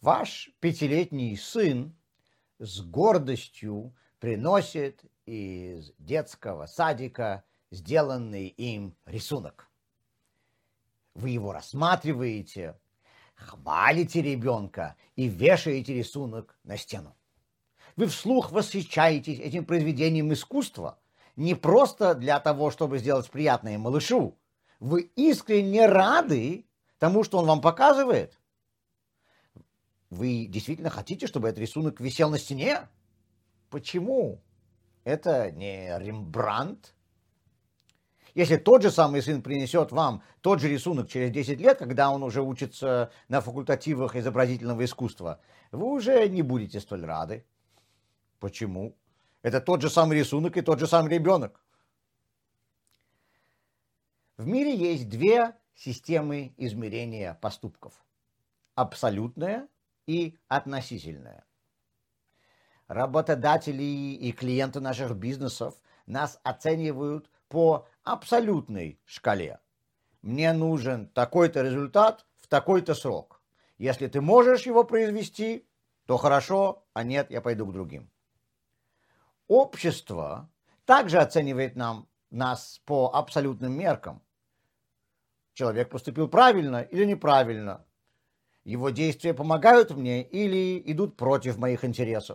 Ваш пятилетний сын с гордостью приносит из детского садика сделанный им рисунок. Вы его рассматриваете, хвалите ребенка и вешаете рисунок на стену. Вы вслух восхищаетесь этим произведением искусства не просто для того, чтобы сделать приятное малышу. Вы искренне рады тому, что он вам показывает. Вы действительно хотите, чтобы этот рисунок висел на стене? Почему? Это не Рембрандт. Если тот же самый сын принесет вам тот же рисунок через 10 лет, когда он уже учится на факультативах изобразительного искусства, вы уже не будете столь рады. Почему? Это тот же самый рисунок и тот же самый ребенок. В мире есть две системы измерения поступков. Абсолютная и относительная. Работодатели и клиенты наших бизнесов нас оценивают по абсолютной шкале. Мне нужен такой-то результат в такой-то срок. Если ты можешь его произвести, то хорошо, а нет, я пойду к другим. Общество также оценивает нас по абсолютным меркам. Человек поступил правильно или неправильно. Его действия помогают мне или идут против моих интересов.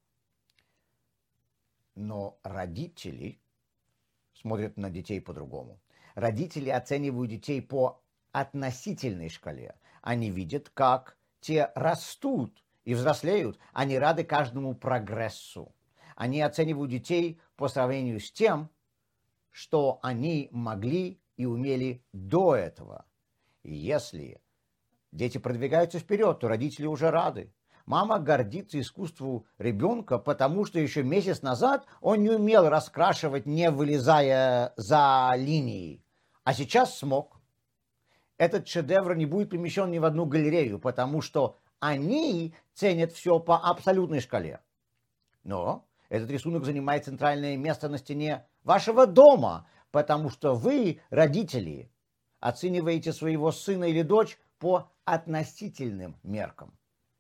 Но родители смотрят на детей по-другому. Родители оценивают детей по относительной шкале. Они видят, как те растут и взрослеют. Они рады каждому прогрессу. Они оценивают детей по сравнению с тем, что они могли и умели до этого. И если дети продвигаются вперед, то родители уже рады. Мама гордится искусству ребенка, потому что еще месяц назад он не умел раскрашивать, не вылезая за линии, а сейчас смог. Этот шедевр не будет помещен ни в одну галерею, потому что они ценят все по абсолютной шкале. Но этот рисунок занимает центральное место на стене вашего дома, потому что вы, родители, оцениваете своего сына или дочь по относительным меркам.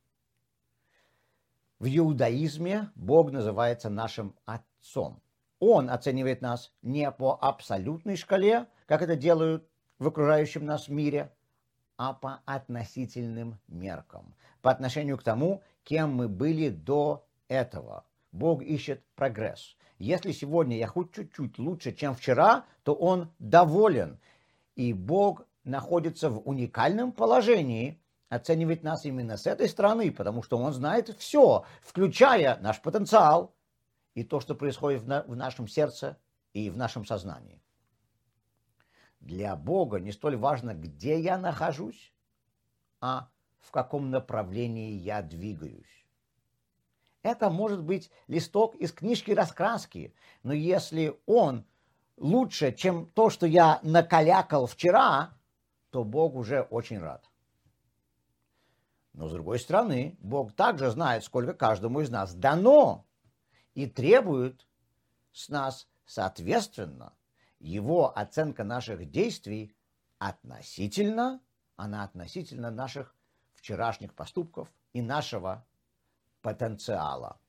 В иудаизме Бог называется нашим Отцом. Он оценивает нас не по абсолютной шкале, как это делают в окружающем нас мире, а по относительным меркам, по отношению к тому, кем мы были до этого. Бог ищет прогресс. Если сегодня я хоть чуть-чуть лучше, чем вчера, то Он доволен. И Бог находится в уникальном положении оценивать нас именно с этой стороны, потому что Он знает все, включая наш потенциал и то, что происходит в нашем сердце и в нашем сознании. Для Бога не столь важно, где я нахожусь, а в каком направлении я двигаюсь. Это может быть листок из книжки раскраски, но если он лучше, чем то, что я накалякал вчера, то Бог уже очень рад. Но с другой стороны, Бог также знает, сколько каждому из нас дано, и требует с нас соответственно. Его оценка наших действий относительно наших вчерашних поступков и нашего потенциала.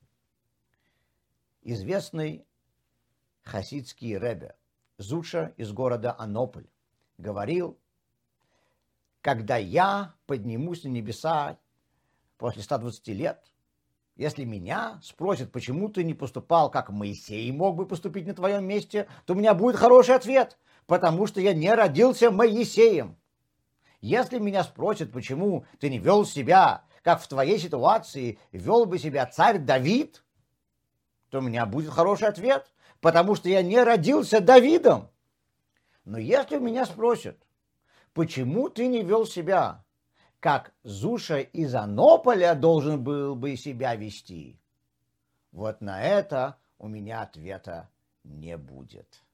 Известный хасидский ребе Зуша из города Анополь говорил: когда я поднимусь на небеса после 120 лет, если меня спросят, почему ты не поступал, как Моисей мог бы поступить на твоем месте, то у меня будет хороший ответ: потому что я не родился Моисеем. Если меня спросят, почему ты не вел себя, как в твоей ситуации вел бы себя царь Давид, то у меня будет хороший ответ: потому что я не родился Давидом. Но если меня спросят, почему ты не вел себя, как Зуша из Анополя должен был бы себя вести, вот на это у меня ответа не будет.